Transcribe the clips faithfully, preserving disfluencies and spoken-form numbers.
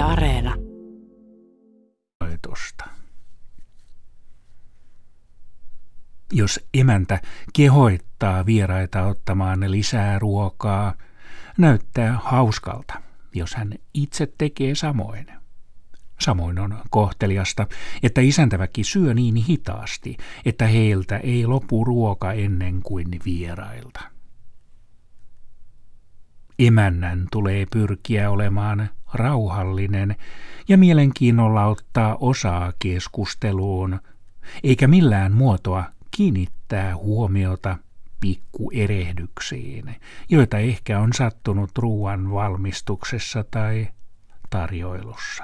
Areena. Jos emäntä kehoittaa vieraita ottamaan lisää ruokaa, näyttää hauskalta, jos hän itse tekee samoin. Samoin on kohteliasta, että isäntäväki syö niin hitaasti, että heiltä ei lopu ruoka ennen kuin vierailta. Emännän tulee pyrkiä olemaan rauhallinen ja mielenkiinnolla ottaa osaa keskusteluun, eikä millään muotoa kiinnittää huomiota pikkuerehdyksiin, joita ehkä on sattunut ruoan valmistuksessa tai tarjoilussa.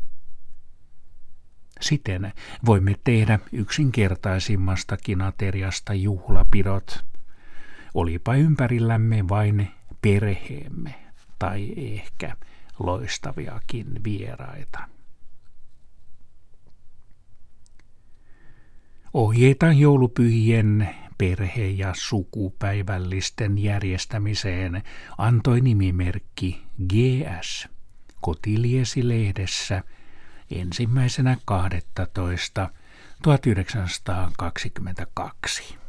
Siten voimme tehdä yksinkertaisimmastakin ateriasta juhlapidot, olipa ympärillämme vain perheemme tai ehkä loistaviakin vieraita. Ohjeita joulupyhien perhe- ja sukupäivällisten järjestämiseen antoi nimimerkki G S Kotiliesi-lehdessä ensimmäisenä kahdettatoista tuhatyhdeksänsataakaksikymmentäkaksi.